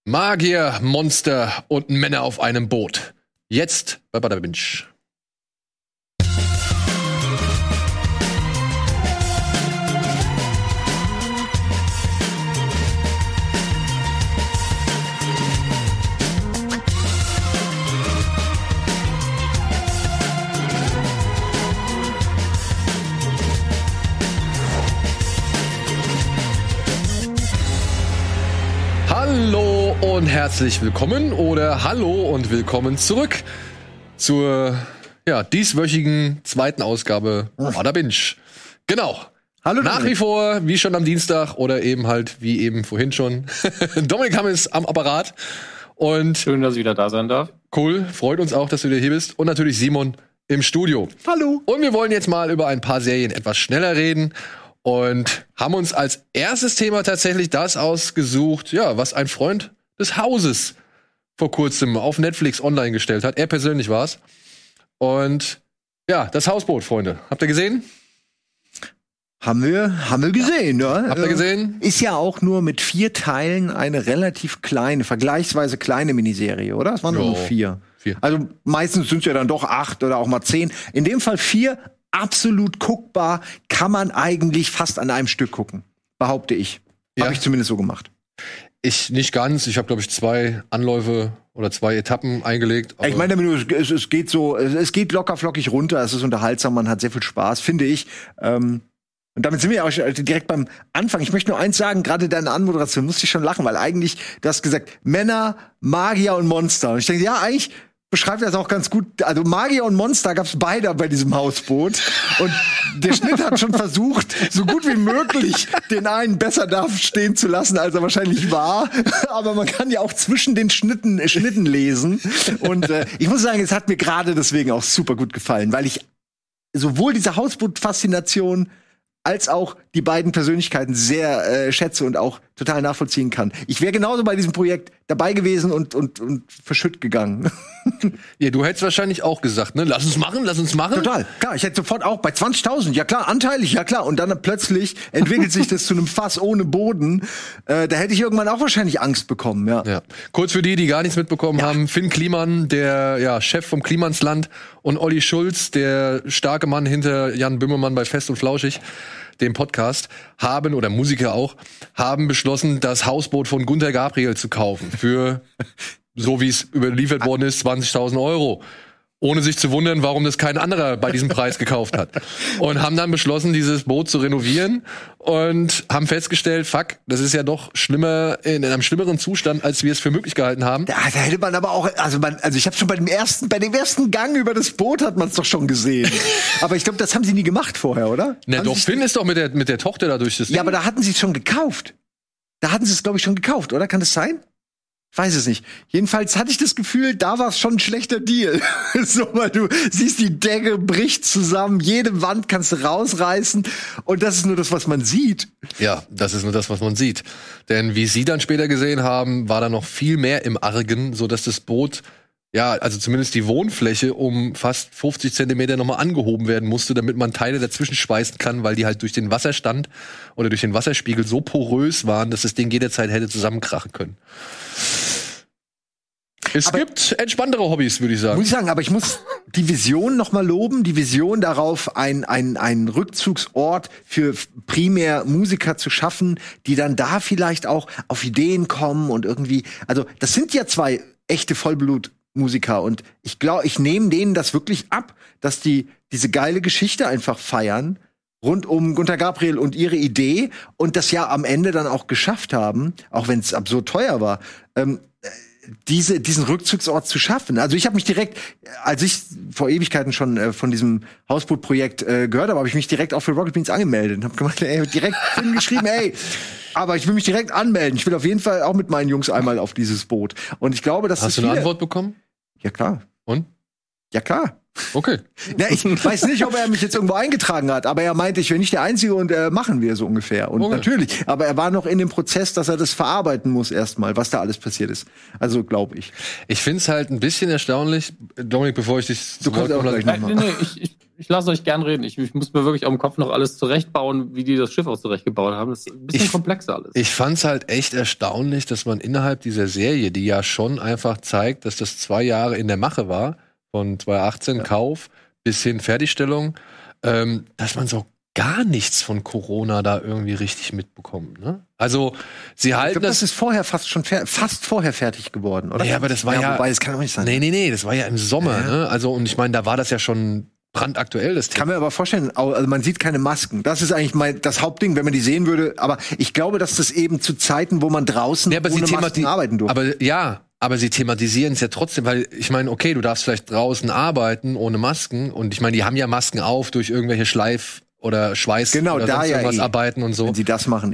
Magier, Monster und Männer auf einem Boot. Jetzt bei Bada Binge. Hallo und herzlich willkommen oder hallo und willkommen zurück zur dieswöchigen zweiten Ausgabe Bada Binge. Genau. Hallo. Nach wie vor, wie schon am Dienstag oder eben halt wie eben vorhin schon. Dominik Hammes am Apparat. Und schön, dass ich wieder da sein darf. Cool, freut uns auch, dass du wieder hier bist. Und natürlich Simon im Studio. Hallo. Und wir wollen jetzt mal über ein paar Serien etwas schneller reden. Und haben uns als erstes Thema tatsächlich das ausgesucht, was ein Freund des Hauses vor kurzem auf Netflix online gestellt hat. Er persönlich war's. Und das Hausboot, Freunde. Habt ihr gesehen? Haben wir gesehen, ne? Habt ihr gesehen? Ist ja auch nur mit 4 Teilen eine relativ kleine, vergleichsweise kleine Miniserie, oder? Es waren nur 4. Also meistens sind es ja dann doch 8 oder auch mal 10. In dem Fall 4. Absolut guckbar, kann man eigentlich fast an einem Stück gucken, behaupte ich. Habe ich zumindest so gemacht. Ich nicht ganz. Ich habe, glaube ich, 2 Anläufe oder 2 Etappen eingelegt. Ich meine, es geht locker flockig runter, es ist unterhaltsam, man hat sehr viel Spaß, finde ich. Und damit sind wir auch direkt beim Anfang. Ich möchte nur eins sagen, gerade deine Anmoderation musste ich schon lachen, weil eigentlich, du hast gesagt, Männer, Magier und Monster. Und ich denke, eigentlich beschreibt das auch ganz gut. Also Magier und Monster gab's beide bei diesem Hausboot. Und der Schnitt hat schon versucht, so gut wie möglich den einen besser dastehen zu lassen, als er wahrscheinlich war. Aber man kann ja auch zwischen den Schnitten lesen. Und ich muss sagen, es hat mir gerade deswegen auch super gut gefallen, weil ich sowohl diese Hausboot-Faszination als auch die beiden Persönlichkeiten sehr schätze und auch total nachvollziehen kann. Ich wäre genauso bei diesem Projekt dabei gewesen und verschütt gegangen. Ja, du hättest wahrscheinlich auch gesagt, ne? Lass uns machen. Total, klar. Ich hätte sofort auch bei 20.000, ja klar, anteilig, ja klar. Und dann plötzlich entwickelt sich das zu einem Fass ohne Boden. Da hätte ich irgendwann auch wahrscheinlich Angst bekommen, ja. Kurz für die gar nichts mitbekommen haben, Finn Kliman, der Chef vom Klimansland, und Olli Schulz, der starke Mann hinter Jan Böhmermann bei Fest und Flauschig, dem Podcast, Musiker auch, haben beschlossen, das Hausboot von Günter Gabriel zu kaufen. Für, so wie es überliefert worden ist, 20.000 Euro. Ohne sich zu wundern, warum das kein anderer bei diesem Preis gekauft hat. Und haben dann beschlossen, dieses Boot zu renovieren und haben festgestellt, das ist ja doch schlimmer, in einem schlimmeren Zustand, als wir es für möglich gehalten haben. Da hätte man aber auch, also ich habe schon bei dem ersten Gang über das Boot hat man es doch schon gesehen. Aber ich glaube, das haben sie nie gemacht vorher, oder? Na doch, Finn ist doch mit der Tochter da durch das Ding. Ja, aber da hatten sie es schon gekauft. Da hatten sie es, glaube ich, schon gekauft, oder? Kann das sein? Ich weiß es nicht. Jedenfalls hatte ich das Gefühl, da war es schon ein schlechter Deal. So, weil du siehst, die Decke bricht zusammen, jede Wand kannst du rausreißen und das ist nur das, was man sieht. Ja, das ist nur das, was man sieht. Denn wie sie dann später gesehen haben, war da noch viel mehr im Argen, sodass das Boot, also zumindest die Wohnfläche um fast 50 Zentimeter nochmal angehoben werden musste, damit man Teile dazwischen schweißen kann, weil die halt durch den Wasserstand oder durch den Wasserspiegel so porös waren, dass das Ding jederzeit hätte zusammenkrachen können. Es gibt entspanntere Hobbys, würde ich sagen. Muss ich sagen, aber ich muss die Vision noch mal loben. Die Vision darauf, ein Rückzugsort für primär Musiker zu schaffen, die dann da vielleicht auch auf Ideen kommen und irgendwie, also das sind ja 2 echte Vollblutmusiker und ich glaube, ich nehme denen das wirklich ab, dass die diese geile Geschichte einfach feiern rund um Günter Gabriel und ihre Idee und das ja am Ende dann auch geschafft haben, auch wenn es absurd teuer war, diesen Rückzugsort zu schaffen. Also ich habe mich direkt, als ich vor Ewigkeiten schon von diesem Hausboot-Projekt gehört habe ich mich direkt auch für Rocket Beans angemeldet und habe gemacht, direkt geschrieben, aber ich will mich direkt anmelden. Ich will auf jeden Fall auch mit meinen Jungs einmal auf dieses Boot. Und ich glaube, dass Hast du eine Antwort bekommen? Ja, klar. Und? Ja, klar. Okay. Na, ich weiß nicht, ob er mich jetzt irgendwo eingetragen hat, aber er meinte, ich wäre nicht der Einzige und machen wir so ungefähr. Und natürlich, aber er war noch in dem Prozess, dass er das verarbeiten muss erstmal, was da alles passiert ist. Also glaube ich. Ich finde es halt ein bisschen erstaunlich, Dominik, bevor ich dich... Du kommst auch gleich nochmal. Nee, ich lasse euch gern reden. Ich muss mir wirklich am Kopf noch alles zurechtbauen, wie die das Schiff auch zurechtgebaut haben. Das ist ein bisschen komplexer alles. Ich fand's halt echt erstaunlich, dass man innerhalb dieser Serie, die ja schon einfach zeigt, dass das 2 Jahre in der Mache war, von 2018 Kauf bis hin Fertigstellung, dass man so gar nichts von Corona da irgendwie richtig mitbekommt, ne? Also, sie halten ich glaub, das ist vorher fast vorher fertig geworden, oder? Ja, aber das war ja wobei, das kann auch nicht sein. Nee, das war ja im Sommer, ne? Also, und ich meine, da war das ja schon brandaktuell, das Thema. Kann mir aber vorstellen, also man sieht keine Masken. Das ist eigentlich das Hauptding, wenn man die sehen würde. Aber ich glaube, dass das eben zu Zeiten, wo man draußen ohne Masken arbeiten durfte. Aber sie thematisieren es ja trotzdem, weil ich meine, okay, du darfst vielleicht draußen arbeiten ohne Masken und ich meine, die haben ja Masken auf durch irgendwelche Schleif- oder Schweiß oder da sonst irgendwas ja arbeiten und so. Wenn sie das machen,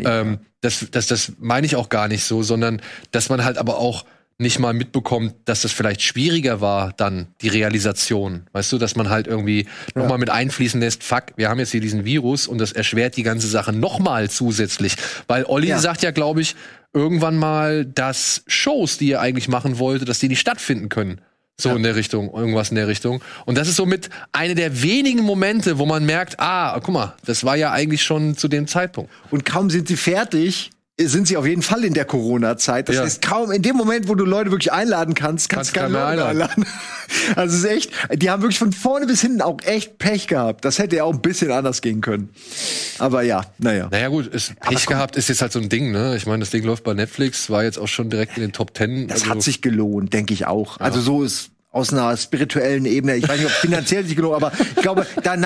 das meine ich auch gar nicht so, sondern dass man halt aber auch nicht mal mitbekommt, dass das vielleicht schwieriger war, dann die Realisation. Weißt du, dass man halt irgendwie nochmal mit einfließen lässt, fuck, wir haben jetzt hier diesen Virus und das erschwert die ganze Sache nochmal zusätzlich. Weil Olli sagt ja, glaube ich, irgendwann mal, dass Shows, die er eigentlich machen wollte, dass die nicht stattfinden können. So in der Richtung, irgendwas in der Richtung. Und das ist somit eine der wenigen Momente, wo man merkt, guck mal, das war ja eigentlich schon zu dem Zeitpunkt. Und kaum sind sie fertig, sind sie auf jeden Fall in der Corona-Zeit. Das heißt, kaum in dem Moment, wo du Leute wirklich einladen kannst du keine Leute einladen. Also es ist echt, die haben wirklich von vorne bis hinten auch echt Pech gehabt. Das hätte ja auch ein bisschen anders gehen können. Aber naja. Naja gut, Pech gehabt ist jetzt halt so ein Ding, ne? Ich meine, das Ding läuft bei Netflix, war jetzt auch schon direkt in den Top 10. Das hat sich gelohnt, denke ich auch. Ja. Also so ist aus einer spirituellen Ebene, ich weiß nicht, ob finanziell sich gelohnt, aber ich glaube, dass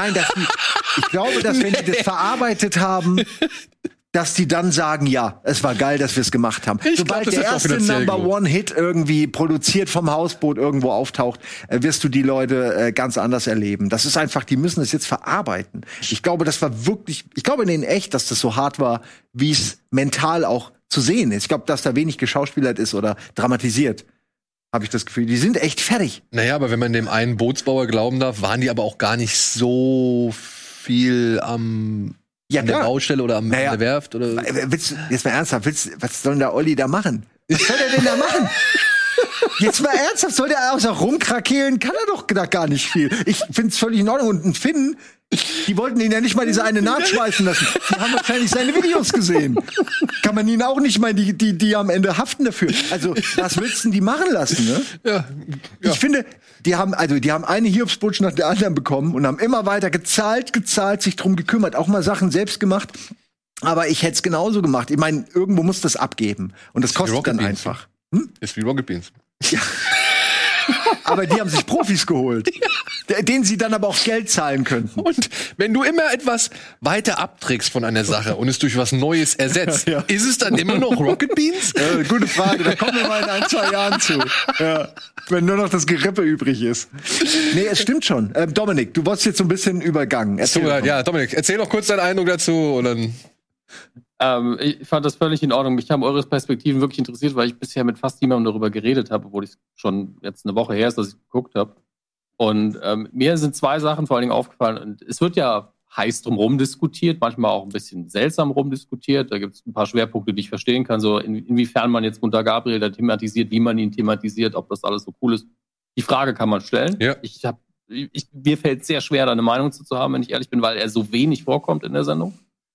wenn die das verarbeitet haben, dass die dann sagen, ja, es war geil, dass wir es gemacht haben. Sobald der erste Number-One-Hit irgendwie produziert vom Hausboot irgendwo auftaucht, wirst du die Leute ganz anders erleben. Das ist einfach, die müssen es jetzt verarbeiten. Ich glaube, ich glaube in denen echt, dass das so hart war, wie es mental auch zu sehen ist. Ich glaube, dass da wenig geschauspielert ist oder dramatisiert. Habe ich das Gefühl, die sind echt fertig. Naja, aber wenn man dem einen Bootsbauer glauben darf, waren die aber auch gar nicht so viel an der Baustelle oder an der Werft oder. Jetzt mal ernsthaft, was soll denn der Olli da machen? Was soll der denn da machen? Jetzt mal ernsthaft, soll der außer rumkrakehlen? Kann er doch gar nicht viel. Ich find's völlig in Ordnung. Und ein Finn, die wollten ihn ja nicht mal diese eine nachschmeißen lassen. Die haben wahrscheinlich seine Videos gesehen. Kann man ihn auch nicht mal die am Ende haften dafür. Also, was willst du denn die machen lassen, ne? Ja. Ich finde, die haben eine Hiobsbotschaft nach der anderen bekommen und haben immer weiter gezahlt, sich drum gekümmert, auch mal Sachen selbst gemacht. Aber ich hätte es genauso gemacht. Ich meine, irgendwo muss das abgeben. Und das kostet dann einfach. Ist wie Rocket Beans. Ja. Aber die haben sich Profis geholt, denen sie dann aber auch Geld zahlen könnten. Und wenn du immer etwas weiter abträgst von einer Sache und es durch was Neues ersetzt, ist es dann immer noch Rocket Beans? Gute Frage, da kommen wir mal in 1-2 Jahren zu. Ja. Wenn nur noch das Gerippe übrig ist. Nee, es stimmt schon. Dominik, du wurdest jetzt so ein bisschen übergangen. Dominik, erzähl doch kurz deinen Eindruck dazu und dann. Ich fand das völlig in Ordnung. Mich haben eure Perspektiven wirklich interessiert, weil ich bisher mit fast niemandem darüber geredet habe, obwohl ich schon jetzt eine Woche her ist, dass ich geguckt habe. Und mir sind 2 Sachen vor allen Dingen aufgefallen. Und es wird ja heiß drum diskutiert, manchmal auch ein bisschen seltsam rumdiskutiert. Da gibt es ein paar Schwerpunkte, die ich verstehen kann. So inwiefern man jetzt Gunter Gabriel da thematisiert, wie man ihn thematisiert, ob das alles so cool ist. Die Frage kann man stellen. Ja. Mir fällt sehr schwer, da eine Meinung zu haben, wenn ich ehrlich bin, weil er so wenig vorkommt in der Sendung.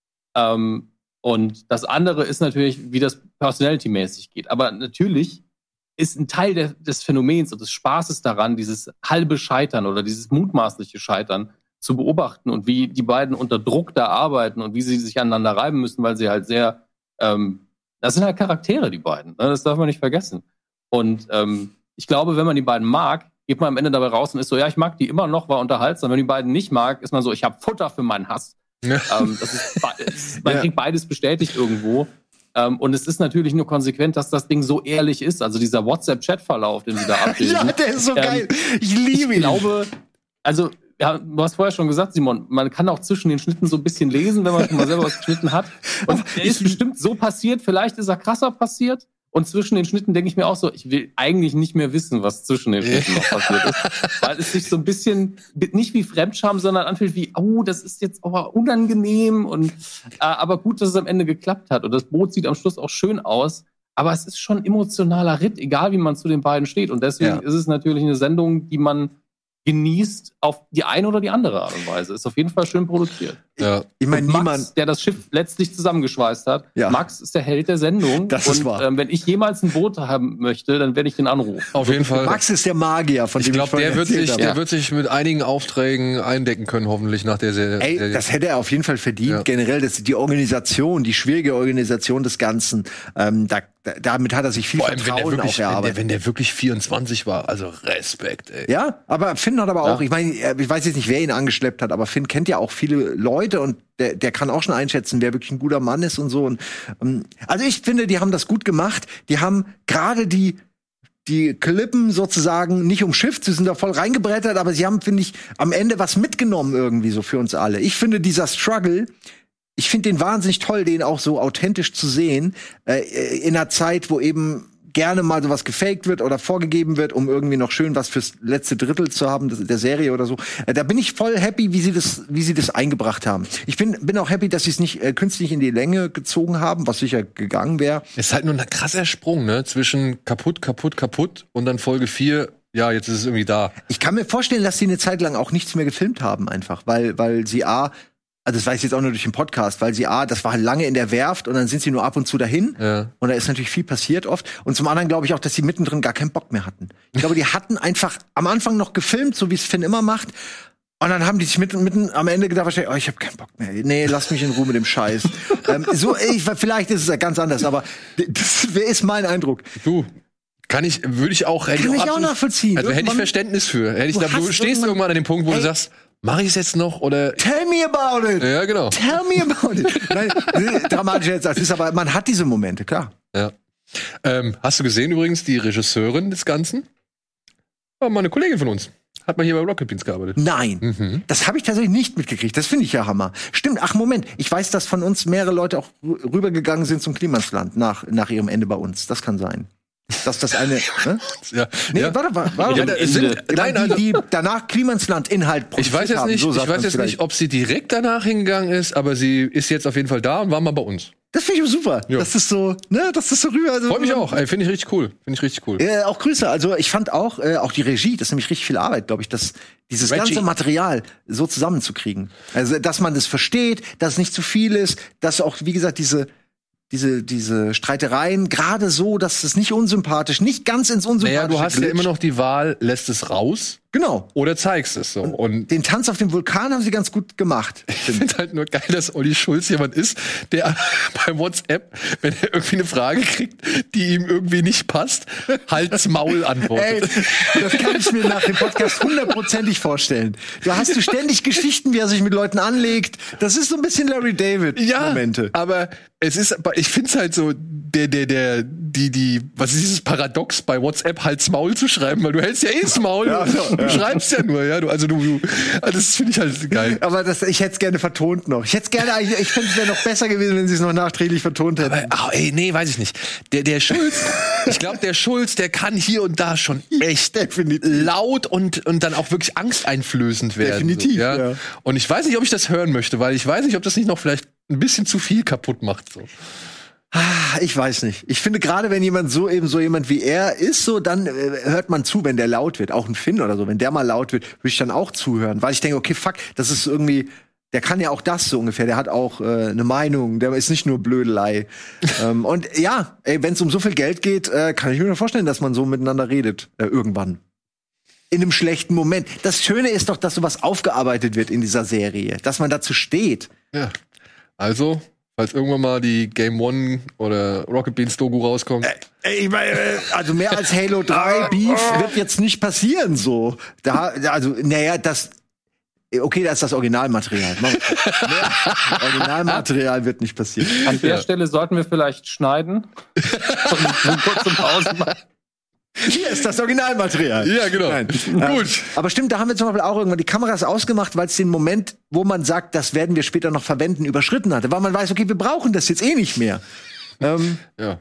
Und das andere ist natürlich, wie das personality-mäßig geht. Aber natürlich ist ein Teil des Phänomens und des Spaßes daran, dieses halbe Scheitern oder dieses mutmaßliche Scheitern zu beobachten und wie die beiden unter Druck da arbeiten und wie sie sich aneinander reiben müssen, weil sie halt sehr, das sind halt Charaktere, die beiden. Ne? Das darf man nicht vergessen. Und ich glaube, wenn man die beiden mag, geht man am Ende dabei raus und ist so, ja, ich mag die immer noch, war unterhaltsam. Wenn man die beiden nicht mag, ist man so, ich habe Futter für meinen Hass. Man kriegt beides bestätigt irgendwo. Und es ist natürlich nur konsequent, dass das Ding so ehrlich ist. Also dieser WhatsApp-Chat-Verlauf, den sie da abbilden. Ja, der ist so geil. Ich liebe ihn. Ich glaube, also, ja, du hast vorher schon gesagt, Simon, man kann auch zwischen den Schnitten so ein bisschen lesen, wenn man schon mal selber was geschnitten hat. Und der ist bestimmt so passiert, vielleicht ist er krasser passiert. Und zwischen den Schnitten denke ich mir auch so, ich will eigentlich nicht mehr wissen, was zwischen den Schnitten noch passiert ist. Weil es sich so ein bisschen, nicht wie Fremdscham, sondern anfühlt wie, das ist jetzt aber unangenehm. Aber gut, dass es am Ende geklappt hat. Und das Boot sieht am Schluss auch schön aus. Aber es ist schon ein emotionaler Ritt, egal wie man zu den beiden steht. Und deswegen ist es natürlich eine Sendung, die man genießt auf die eine oder die andere Art und Weise. Ist auf jeden Fall schön produziert. Ja. Ich meine, Max, der das Schiff letztlich zusammengeschweißt hat, Max ist der Held der Sendung. Das ist wahr. Wenn ich jemals ein Boot haben möchte, dann werde ich den anrufen. Auf jeden Fall. Max ist der Magier, von dem ich glaube, der wird sich mit einigen Aufträgen eindecken können, hoffentlich nach der Serie. Das hätte er auf jeden Fall verdient. Ja. Generell, die Organisation, die schwierige Organisation des Ganzen, damit hat er sich viel Vertrauen auch erarbeitet. Wenn der wirklich 24 war, also Respekt, ey. Ja, aber Finn hat aber auch, ich meine, ich weiß jetzt nicht, wer ihn angeschleppt hat, aber Finn kennt ja auch viele Leute und der kann auch schon einschätzen, wer wirklich ein guter Mann ist und so. Und, also ich finde, die haben das gut gemacht. Die haben gerade die Klippen sozusagen nicht umschifft, sie sind da voll reingebrettert, aber sie haben, finde ich, am Ende was mitgenommen irgendwie so für uns alle. Ich finde, dieser Struggle, ich finde den wahnsinnig toll, den auch so authentisch zu sehen, in einer Zeit, wo eben gerne mal sowas gefaked wird oder vorgegeben wird, um irgendwie noch schön was fürs letzte Drittel zu haben der Serie oder so. Da bin ich voll happy, wie sie das eingebracht haben. Ich bin auch happy, dass sie es nicht künstlich in die Länge gezogen haben, was sicher gegangen wäre. Es ist halt nur ein krasser Sprung, ne? Zwischen kaputt und dann Folge 4. Ja, jetzt ist es irgendwie da. Ich kann mir vorstellen, dass sie eine Zeit lang auch nichts mehr gefilmt haben, einfach, weil sie also das weiß ich jetzt auch nur durch den Podcast, weil das war lange in der Werft und dann sind sie nur ab und zu dahin. Ja. Und da ist natürlich viel passiert oft. Und zum anderen glaube ich auch, dass sie mittendrin gar keinen Bock mehr hatten. Ich glaube, die hatten einfach am Anfang noch gefilmt, so wie es Finn immer macht. Und dann haben die sich mitten am Ende gedacht, wahrscheinlich, ich habe keinen Bock mehr. Nee, lass mich in Ruhe mit dem Scheiß. Vielleicht ist es ja ganz anders, aber das ist mein Eindruck. Würde ich auch nachvollziehen. Also hätte ich Verständnis für. Du stehst irgendwann an dem Punkt, wo du sagst, mach ich es jetzt noch oder? Tell me about it. Ja, genau. Tell me about it. Nein, dramatisch jetzt als ist, aber man hat diese Momente, klar. Ja. Hast du gesehen übrigens die Regisseurin des Ganzen? War mal eine Kollegin von uns. Hat mal hier bei Rocket Beans gearbeitet. Nein, das habe ich tatsächlich nicht mitgekriegt. Das finde ich ja Hammer. Stimmt, Moment. Ich weiß, dass von uns mehrere Leute auch rübergegangen sind zum Klimansland nach ihrem Ende bei uns. Das kann sein. Dass das eine. Ne? Ja. Nee, warte. Die danach Klimansland Inhalt produziert haben. Ich weiß jetzt nicht, ob sie direkt danach hingegangen ist, aber sie ist jetzt auf jeden Fall da und war mal bei uns. Das finde ich super. Ja. Das ist so rüber. Also, freut mich auch. Finde ich richtig cool. Auch Grüße. Also ich fand auch die Regie, das ist nämlich richtig viel Arbeit, glaube ich, dieses ganze Material so zusammenzukriegen. Also, dass man das versteht, dass es nicht zu viel ist, dass auch, wie gesagt, diese Streitereien gerade so, dass es nicht ganz ins Unsympathische du hast ja immer noch die Wahl, lässt es raus. Genau. Oder zeigst es so. Und den Tanz auf dem Vulkan haben sie ganz gut gemacht. Ich finde halt nur geil, dass Olli Schulz jemand ist, der bei WhatsApp, wenn er irgendwie eine Frage kriegt, die ihm irgendwie nicht passt, Hals Maul antwortet. Ey, das kann ich mir nach dem Podcast 100%ig vorstellen. Da hast du ständig Geschichten, wie er sich mit Leuten anlegt. Das ist so ein bisschen Larry David-Momente. Aber ich finde es halt so, was ist dieses Paradox bei WhatsApp, Hals Maul zu schreiben, weil du hältst ja das Maul. Du schreibst ja nur, ja. Das finde ich halt geil. Aber ich hätte es gerne vertont noch. Ich finde, es wäre noch besser gewesen, wenn sie es noch nachträglich vertont hätten. Aber, weiß ich nicht. Der Schulz, ich glaube, der kann hier und da schon echt laut und dann auch wirklich angsteinflößend werden. Definitiv, so, ja. Und ich weiß nicht, ob ich das hören möchte, weil ich weiß nicht, ob das nicht noch vielleicht ein bisschen zu viel kaputt macht. So. Ich weiß nicht. Ich finde, gerade wenn jemand so jemand wie er ist, so, dann hört man zu, wenn der laut wird. Auch ein Finn oder so. Wenn der mal laut wird, würde ich dann auch zuhören. Weil ich denke, okay, fuck, das ist irgendwie, der kann ja auch das so ungefähr. Der hat auch eine Meinung. Der ist nicht nur Blödelei. Und ja, wenn es um so viel Geld geht, kann ich mir nur vorstellen, dass man so miteinander redet. Irgendwann. In einem schlechten Moment. Das Schöne ist doch, dass sowas aufgearbeitet wird in dieser Serie. Dass man dazu steht. Ja. Also, falls irgendwann mal die Game One oder Rocket Beans Doku rauskommt. Ich meine, also mehr als Halo 3 Beef wird jetzt nicht passieren, so. Das ist das Originalmaterial. Originalmaterial wird nicht passieren. An der Stelle sollten wir vielleicht schneiden. Und eine kurze Pause machen. Hier ist das Originalmaterial. Ja, genau. Gut. Aber stimmt, da haben wir zum Beispiel auch irgendwann die Kameras ausgemacht, weil es den Moment, wo man sagt, das werden wir später noch verwenden, überschritten hatte. Weil man weiß, okay, wir brauchen das jetzt eh nicht mehr. Ja.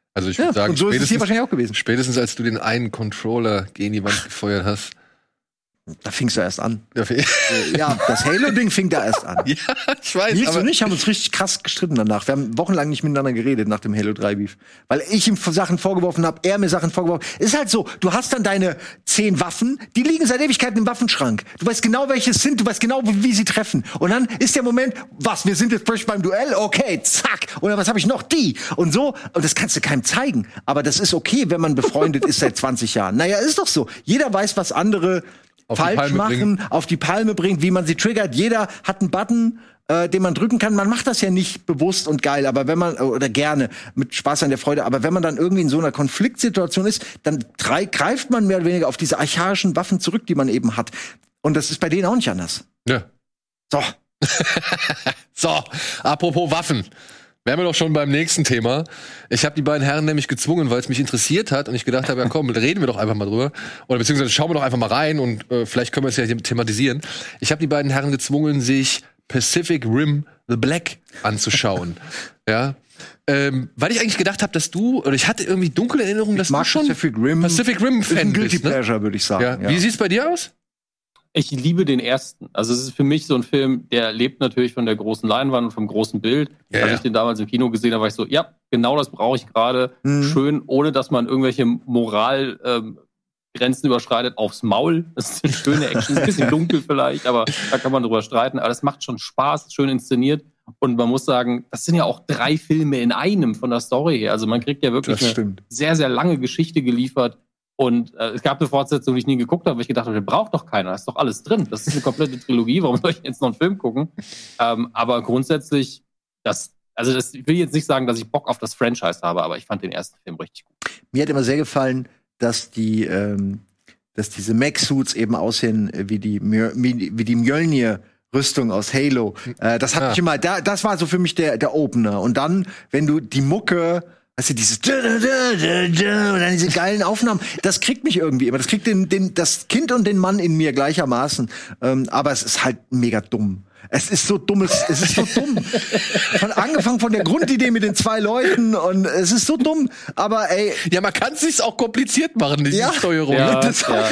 Also ich würde sagen, und so ist es hier wahrscheinlich auch gewesen. Spätestens als du den einen Controller gegen die Wand gefeuert hast. Da fing's ja erst an. Ja, das Halo-Ding fing da erst an. Ja, ich weiß. Nils und ich haben uns richtig krass gestritten danach. Wir haben wochenlang nicht miteinander geredet nach dem Halo 3-Beef. Weil ich ihm Sachen vorgeworfen habe, er mir Sachen vorgeworfen. Ist halt so, du hast dann deine 10 Waffen, die liegen seit Ewigkeiten im Waffenschrank. Du weißt genau, welche es sind, du weißt genau, wie sie treffen. Und dann ist der Moment, wir sind jetzt frisch beim Duell, okay, zack. Oder was habe ich noch? Die. Und so, und das kannst du keinem zeigen. Aber das ist okay, wenn man befreundet ist seit 20 Jahren. Naja, ist doch so. Jeder weiß, was andere falsch machen, auf die Palme bringt, wie man sie triggert. Jeder hat einen Button, den man drücken kann. Man macht das ja nicht bewusst und geil, aber wenn man, oder gerne, mit Spaß an der Freude, aber wenn man dann irgendwie in so einer Konfliktsituation ist, dann greift man mehr oder weniger auf diese archaischen Waffen zurück, die man eben hat. Und das ist bei denen auch nicht anders. Ja. So. So, apropos Waffen. Wären wir doch schon beim nächsten Thema. Ich habe die beiden Herren nämlich gezwungen, weil es mich interessiert hat und ich gedacht habe, ja komm, reden wir doch einfach mal drüber. Oder beziehungsweise schauen wir doch einfach mal rein und vielleicht können wir es ja thematisieren. Ich habe die beiden Herren gezwungen, sich Pacific Rim The Black anzuschauen. Ja. Weil ich eigentlich gedacht habe, dass du, oder ich hatte irgendwie dunkle Erinnerungen, dass du schon Pacific Rim Fan Guilty bist. Ne? Pleasure, würde ich sagen. Ja. Wie sieht's bei dir aus? Ich liebe den ersten. Also es ist für mich so ein Film, der lebt natürlich von der großen Leinwand und vom großen Bild. Ja, Als ich den damals im Kino gesehen habe, war ich so, ja, genau das brauche ich gerade. Schön, ohne dass man irgendwelche Moralgrenzen überschreitet, aufs Maul. Das ist eine schöne Action. Ist ein bisschen dunkel vielleicht, aber da kann man drüber streiten. Aber das macht schon Spaß, schön inszeniert. Und man muss sagen, das sind ja auch 3 Filme in einem von der Story her. Also man kriegt ja wirklich eine sehr, sehr lange Geschichte geliefert. Und es gab eine Fortsetzung, die ich nie geguckt habe, weil ich gedacht habe, braucht doch keiner, da ist doch alles drin. Das ist eine komplette Trilogie, warum soll ich jetzt noch einen Film gucken? Aber grundsätzlich, ich will jetzt nicht sagen, dass ich Bock auf das Franchise habe, aber ich fand den ersten Film richtig gut. Mir hat immer sehr gefallen, dass diese Mech-Suits eben aussehen wie die Mjölnir-Rüstung aus Halo. Das hat mich immer, das war so für mich der Opener. Und dann, wenn du die Mucke, weißt du, dieses und dann diese geilen Aufnahmen, das kriegt mich irgendwie immer. Das kriegt das Kind und den Mann in mir gleichermaßen. Aber es ist halt mega dumm. Es ist so dumm. Angefangen von der Grundidee mit den 2 Leuten und es ist so dumm. Aber ey. Ja, man kann es sich auch kompliziert machen, diese Steuerung. Ja,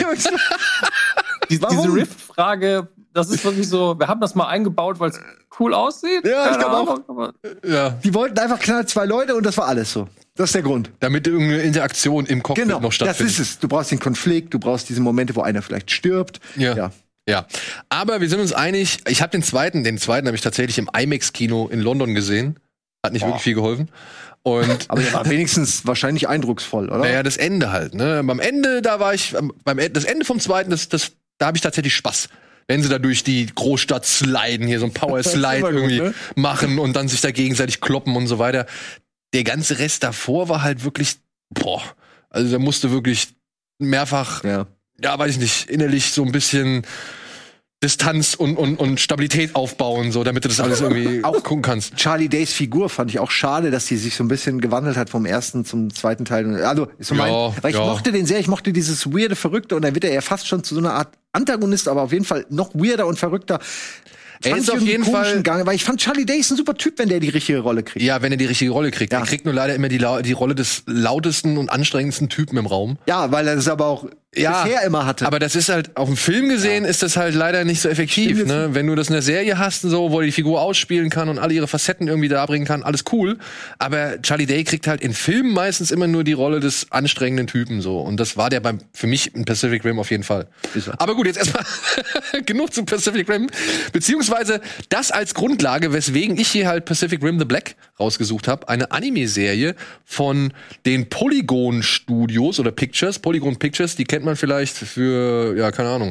diese Rift-Frage, das ist wirklich so, wir haben das mal eingebaut, weil es cool aussieht. Ja, ich glaube auch. Ja. Die wollten einfach knall 2 Leute und das war alles so. Das ist der Grund. Damit irgendeine Interaktion im Cockpit noch stattfindet. Das ist es. Du brauchst den Konflikt, du brauchst diese Momente, wo einer vielleicht stirbt. Ja, aber wir sind uns einig, ich habe den zweiten habe ich tatsächlich im IMAX-Kino in London gesehen. Hat nicht wirklich viel geholfen. Aber der war wenigstens wahrscheinlich eindrucksvoll, oder? Naja, das Ende halt, ne? Beim Ende, das Ende vom zweiten, da habe ich tatsächlich Spaß. Wenn sie da durch die Großstadt sliden, hier so ein Power-Slide irgendwie gut, ne? machen und dann sich da gegenseitig kloppen und so weiter. Der ganze Rest davor war halt wirklich, also da musste wirklich mehrfach, weiß ich nicht, innerlich so ein bisschen Distanz und Stabilität aufbauen, so, damit du das alles irgendwie auch gucken kannst. Charlie Days Figur fand ich auch schade, dass die sich so ein bisschen gewandelt hat vom ersten zum zweiten Teil. Also, weil ich mochte den sehr, ich mochte dieses weirde, verrückte und dann wird er ja fast schon zu so einer Art Antagonist, aber auf jeden Fall noch weirder und verrückter. Er ist auf jeden Fall Gang, weil ich fand Charlie Day ist ein super Typ, wenn der die richtige Rolle kriegt. Ja, wenn er die richtige Rolle kriegt. Er kriegt nur leider immer die Rolle des lautesten und anstrengendsten Typen im Raum. Ja, weil er das aber auch bisher immer hatte. Aber das ist halt, auf dem Film gesehen, ist das halt leider nicht so effektiv. Ne? Wenn du das in der Serie hast, so, wo die Figur ausspielen kann und alle ihre Facetten irgendwie darbringen kann, alles cool. Aber Charlie Day kriegt halt in Filmen meistens immer nur die Rolle des anstrengenden Typen. So. Und das war der für mich in Pacific Rim auf jeden Fall. Aber gut, jetzt erstmal genug zu Pacific Rim. Beziehungsweise das als Grundlage, weswegen ich hier halt Pacific Rim The Black rausgesucht habe. Eine Anime-Serie von den Polygon Studios oder Pictures. Polygon Pictures, die kennt man vielleicht für, keine Ahnung,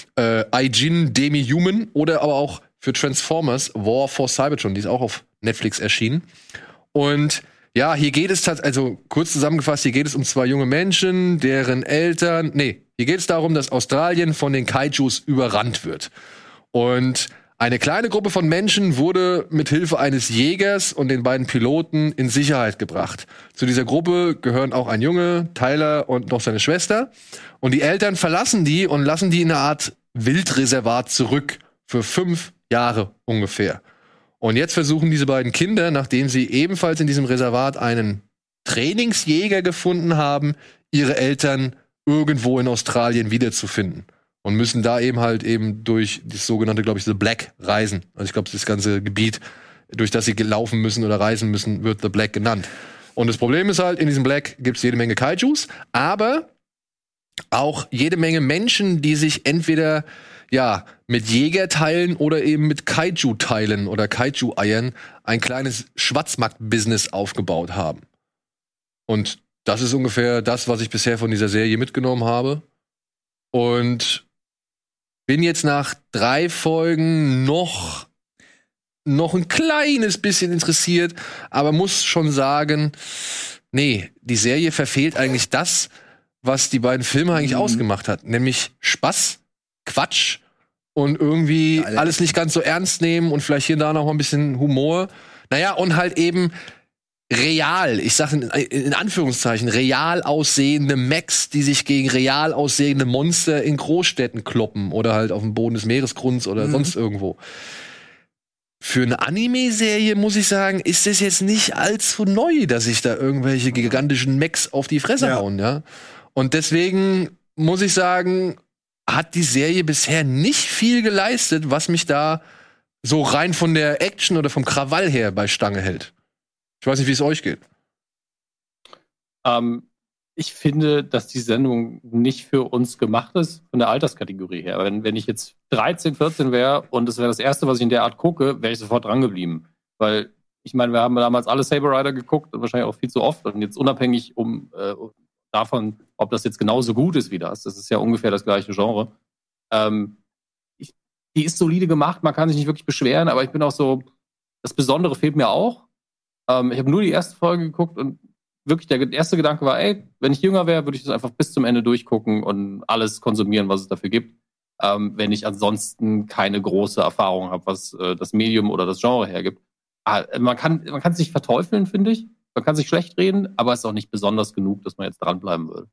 Aijin Demi-Human oder aber auch für Transformers War for Cybertron. Die ist auch auf Netflix erschienen. Und ja, hier geht es also kurz zusammengefasst, hier geht es um 2 junge Menschen, deren Eltern, hier geht es darum, dass Australien von den Kaijus überrannt wird. Und eine kleine Gruppe von Menschen wurde mit Hilfe eines Jägers und den beiden Piloten in Sicherheit gebracht. Zu dieser Gruppe gehören auch ein Junge, Tyler und noch seine Schwester. Und die Eltern verlassen die und lassen die in eine Art Wildreservat zurück. Für 5 Jahre ungefähr. Und jetzt versuchen diese beiden Kinder, nachdem sie ebenfalls in diesem Reservat einen Trainingsjäger gefunden haben, ihre Eltern irgendwo in Australien wiederzufinden. Und müssen da eben durch das sogenannte, glaube ich, The Black reisen. Also ich glaube, das ganze Gebiet, durch das sie laufen müssen oder reisen müssen, wird The Black genannt. Und das Problem ist halt, in diesem Black gibt es jede Menge Kaijus, aber auch jede Menge Menschen, die sich entweder mit Jägerteilen oder eben mit Kaiju-Teilen oder Kaiju-Eiern ein kleines Schwarzmarkt-Business aufgebaut haben. Und das ist ungefähr das, was ich bisher von dieser Serie mitgenommen habe. Und bin jetzt nach 3 Folgen noch ein kleines bisschen interessiert, aber muss schon sagen, nee, die Serie verfehlt eigentlich das, was die beiden Filme eigentlich ausgemacht hat. Nämlich Spaß, Quatsch und irgendwie alles nicht ganz so ernst nehmen und vielleicht hier und da noch mal ein bisschen Humor. Naja, und halt eben real, ich sag in Anführungszeichen, real aussehende Mechs, die sich gegen real aussehende Monster in Großstädten kloppen oder halt auf dem Boden des Meeresgrunds oder sonst irgendwo. Für eine Anime-Serie, muss ich sagen, ist es jetzt nicht allzu neu, dass sich da irgendwelche gigantischen Mechs auf die Fresse hauen, ja. Und deswegen muss ich sagen, hat die Serie bisher nicht viel geleistet, was mich da so rein von der Action oder vom Krawall her bei Stange hält. Ich weiß nicht, wie es euch geht. Ich finde, dass die Sendung nicht für uns gemacht ist, von der Alterskategorie her. Wenn ich jetzt 13, 14 wäre und das wäre das Erste, was ich in der Art gucke, wäre ich sofort dran geblieben. Weil, ich meine, wir haben damals alle Saber Rider geguckt und wahrscheinlich auch viel zu oft. Und jetzt unabhängig davon, ob das jetzt genauso gut ist wie das ist ja ungefähr das gleiche Genre. Die ist solide gemacht, man kann sich nicht wirklich beschweren, aber ich bin auch so, das Besondere fehlt mir auch. Ich habe nur die erste Folge geguckt und wirklich der erste Gedanke war, wenn ich jünger wäre, würde ich das einfach bis zum Ende durchgucken und alles konsumieren, was es dafür gibt. Wenn ich ansonsten keine große Erfahrung habe, was das Medium oder das Genre hergibt. Man kann es nicht verteufeln, finde ich. Man kann sich schlecht reden, aber es ist auch nicht besonders genug, dass man jetzt dranbleiben würde.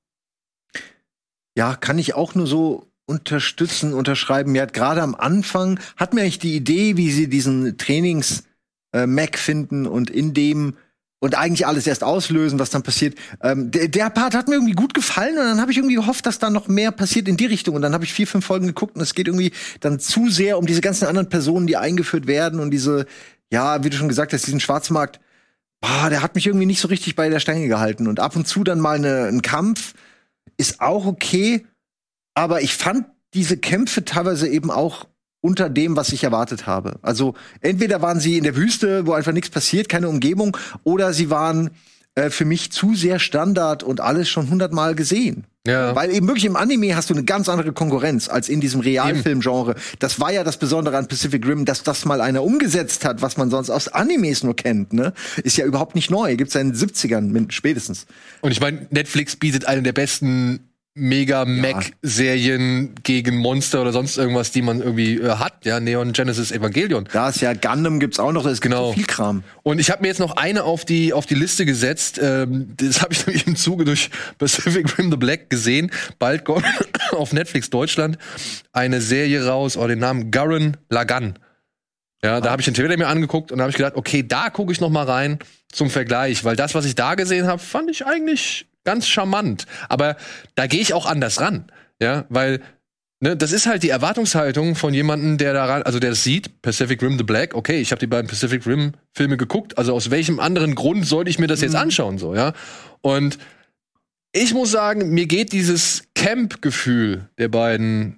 Ja, kann ich auch nur so unterschreiben. Mir hat gerade am Anfang, hat mir eigentlich die Idee, wie sie diesen Trainings-Mac finden und und eigentlich alles erst auslösen, was dann passiert. Der Part hat mir irgendwie gut gefallen und dann habe ich irgendwie gehofft, dass da noch mehr passiert in die Richtung. Und dann habe ich 4, 5 Folgen geguckt und es geht irgendwie dann zu sehr um diese ganzen anderen Personen, die eingeführt werden und diese, wie du schon gesagt hast, diesen Schwarzmarkt. Der hat mich irgendwie nicht so richtig bei der Stange gehalten. Und ab und zu dann mal ein Kampf ist auch okay. Aber ich fand diese Kämpfe teilweise eben auch unter dem, was ich erwartet habe. Also entweder waren sie in der Wüste, wo einfach nichts passiert, keine Umgebung, oder sie waren für mich zu sehr Standard und alles schon 100-mal gesehen. Ja. Weil eben wirklich im Anime hast du eine ganz andere Konkurrenz als in diesem Realfilm-Genre. Das war ja das Besondere an Pacific Rim, dass das mal einer umgesetzt hat, was man sonst aus Animes nur kennt. Ne? Ist ja überhaupt nicht neu. Gibt's ja in den 70ern spätestens. Und ich meine, Netflix bietet eine der besten Mega-Mech-Serien gegen Monster oder sonst irgendwas, die man irgendwie hat. Ja, Neon Genesis Evangelion. Da ist ja Gundam gibt's auch noch, da ist so viel Kram. Und ich habe mir jetzt noch eine auf die Liste gesetzt. Das habe ich nämlich im Zuge durch Pacific Rim The Black gesehen. Bald kommt auf Netflix Deutschland eine Serie raus, den Namen Gurren Lagann. Ja, da habe ich den Trailer mir angeguckt und da habe ich gedacht, okay, da gucke ich noch mal rein zum Vergleich, weil das, was ich da gesehen habe, fand ich eigentlich ganz charmant. Aber da gehe ich auch anders ran. Ja, weil das ist halt die Erwartungshaltung von jemandem, der das sieht, Pacific Rim The Black, okay, ich habe die beiden Pacific Rim Filme geguckt, also aus welchem anderen Grund sollte ich mir das jetzt anschauen, so, ja? Und ich muss sagen, mir geht dieses Camp-Gefühl der beiden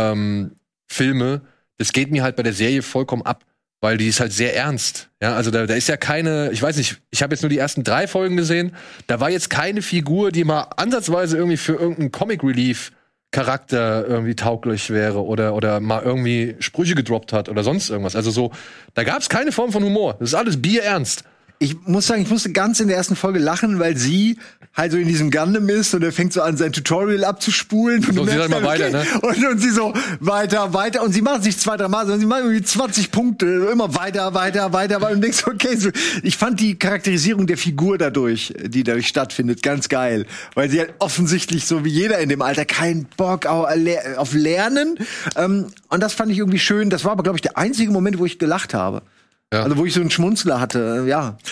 Filme, das geht mir halt bei der Serie vollkommen ab. Weil die ist halt sehr ernst. Ja, also da ist ja keine, ich weiß nicht, ich habe jetzt nur die ersten 3 Folgen gesehen. Da war jetzt keine Figur, die mal ansatzweise irgendwie für irgendeinen Comic Relief Charakter irgendwie tauglich wäre oder mal irgendwie Sprüche gedroppt hat oder sonst irgendwas. Also so, da gab's keine Form von Humor. Das ist alles bierernst. Ich muss sagen, ich musste ganz in der ersten Folge lachen, weil sie halt so in diesem Gundam ist und er fängt so an, sein Tutorial abzuspulen. Und so, sie dann mal weiter, ne? Und sie so, weiter. Und sie macht es nicht 2, 3 Mal, sondern sie macht irgendwie 20 Punkte. Immer weiter. Und du denkst, okay, so. Ich fand die Charakterisierung der Figur die dadurch stattfindet, ganz geil. Weil sie halt offensichtlich, so wie jeder in dem Alter, keinen Bock auf Lernen. Und das fand ich irgendwie schön. Das war aber, glaube ich, der einzige Moment, wo ich gelacht habe. Ja. Also wo ich so einen Schmunzler hatte, ja.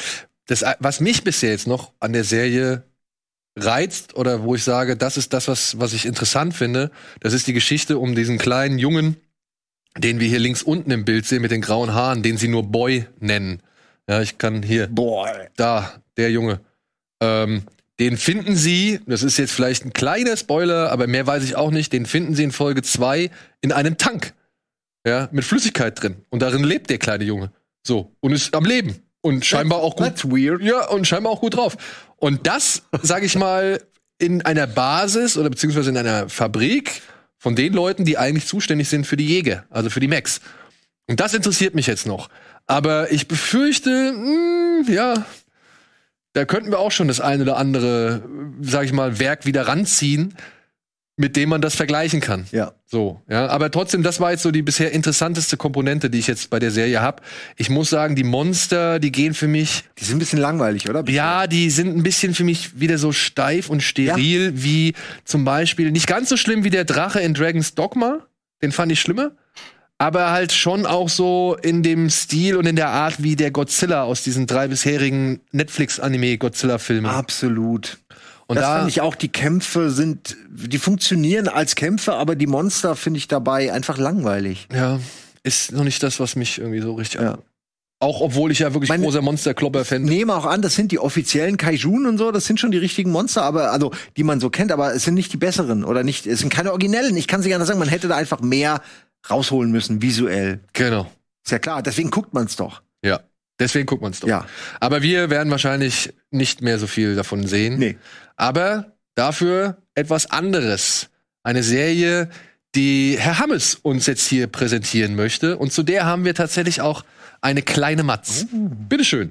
was mich bisher jetzt noch an der Serie reizt oder wo ich sage, das ist das, was ich interessant finde, das ist die Geschichte um diesen kleinen Jungen, den wir hier links unten im Bild sehen mit den grauen Haaren, den sie nur Boy nennen. Ja, ich kann hier. Boy. Da, der Junge. Den finden sie, das ist jetzt vielleicht ein kleiner Spoiler, aber mehr weiß ich auch nicht, den finden sie in Folge 2 in einem Tank. Ja, mit Flüssigkeit drin. Und darin lebt der kleine Junge. So. Und ist am Leben. Und scheinbar auch gut. That's weird. Ja, und scheinbar auch gut drauf. Und das, sag ich mal, in einer Basis oder beziehungsweise in einer Fabrik von den Leuten, die eigentlich zuständig sind für die Jäger, also für die Mechs. Und das interessiert mich jetzt noch. Aber ich befürchte, ja, da könnten wir auch schon das eine oder andere, sag ich mal, Werk wieder ranziehen, mit dem man das vergleichen kann. Ja. So, ja. Aber trotzdem, das war jetzt so die bisher interessanteste Komponente, die ich jetzt bei der Serie habe. Ich muss sagen, die Monster, die gehen für mich. Die sind ein bisschen langweilig, oder? Ja, die sind ein bisschen für mich wieder so steif und steril, wie zum Beispiel, nicht ganz so schlimm wie der Drache in Dragon's Dogma. Den fand ich schlimmer. Aber halt schon auch so in dem Stil und in der Art wie der Godzilla aus diesen 3 bisherigen Netflix-Anime-Godzilla-Filmen. Absolut. Und das da fand ich auch, die Kämpfe die funktionieren als Kämpfe, aber die Monster finde ich dabei einfach langweilig. Ja, ist noch nicht das, was mich irgendwie so richtig Auch obwohl ich ja wirklich großer Monster-Klopper-Fan bin. Ich nehme auch an, das sind die offiziellen Kaijun und so, das sind schon die richtigen Monster, aber also die man so kennt, aber es sind nicht die besseren oder nicht, es sind keine originellen. Ich kann sie gerne sagen, man hätte da einfach mehr rausholen müssen, visuell. Genau. Ist ja klar, deswegen guckt man's doch. Ja, deswegen guckt man's doch. Ja. Aber wir werden wahrscheinlich nicht mehr so viel davon sehen. Nee. Aber dafür etwas anderes. Eine Serie, die Herr Hammes uns jetzt hier präsentieren möchte. Und zu der haben wir tatsächlich auch eine kleine Matz. Bitteschön.